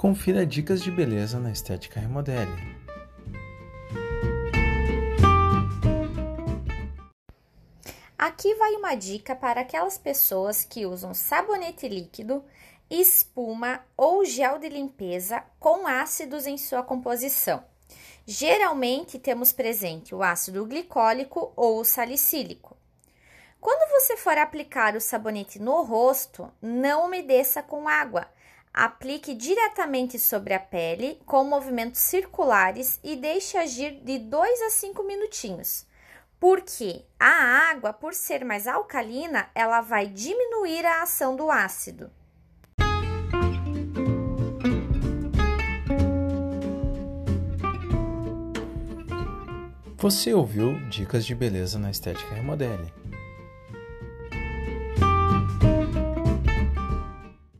Confira dicas de beleza na Estética Remodele. Aqui vai uma dica para aquelas pessoas que usam sabonete líquido, espuma ou gel de limpeza com ácidos em sua composição. Geralmente temos presente o ácido glicólico ou o salicílico. Quando você for aplicar o sabonete no rosto, não umedeça com água. Aplique diretamente sobre a pele com movimentos circulares e deixe agir de 2 a 5 minutinhos. Porque a água, por ser mais alcalina, ela vai diminuir a ação do ácido. Você ouviu Dicas de Beleza na Estética Remodele.